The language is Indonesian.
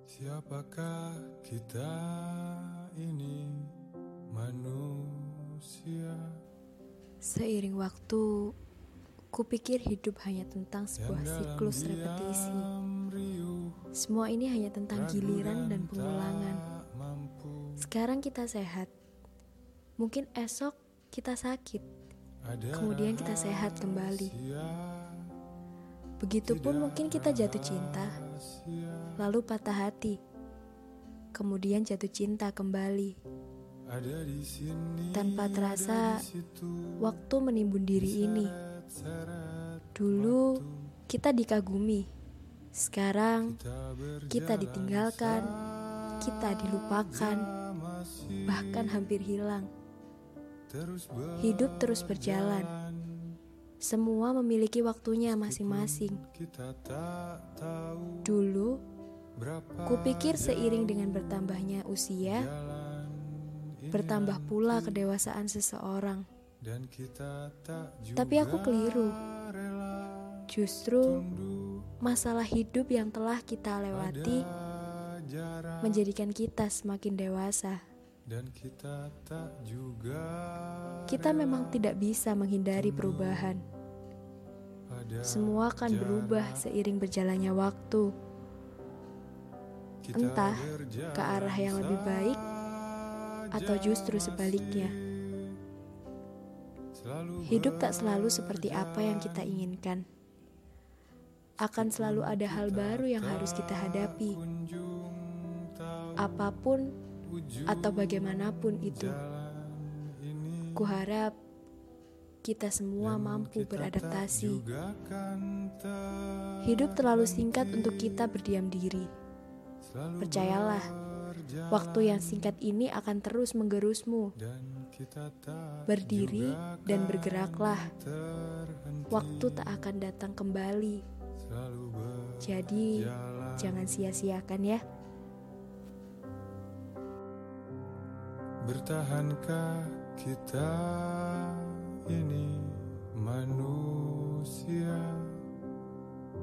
Siapakah kita ini manusia? Seiring waktu, kupikir hidup hanya tentang sebuah siklus repetisi. Semua ini hanya tentang giliran dan pengulangan. Sekarang kita sehat, mungkin esok kita sakit, kemudian kita sehat kembali. Begitupun mungkin kita jatuh cinta, lalu patah hati, kemudian jatuh cinta kembali. Tanpa terasa, waktu menimbun diri ini. Dulu kita dikagumi, sekarang kita ditinggalkan, kita dilupakan, bahkan hampir hilang. Hidup terus berjalan. Semua memiliki waktunya masing-masing. Dulu, kupikir seiring dengan bertambahnya usia, bertambah pula kedewasaan seseorang. Tapi aku keliru. Justru, masalah hidup yang telah kita lewati menjadikan kita semakin dewasa. Kita memang tidak bisa menghindari perubahan. Semua akan berubah seiring berjalannya waktu. Entah ke arah yang lebih baik atau justru sebaliknya. Hidup tak selalu seperti apa yang kita inginkan. Akan selalu ada hal baru yang harus kita hadapi. Apapun atau bagaimanapun itu, kuharap kita semua mampu beradaptasi. Hidup terlalu singkat untuk kita berdiam diri. Percayalah, waktu yang singkat ini akan terus menggerusmu. Berdiri dan bergeraklah. Waktu tak akan datang kembali. Jadi, jangan sia-siakan ya. Bertahankah kita ini manusia?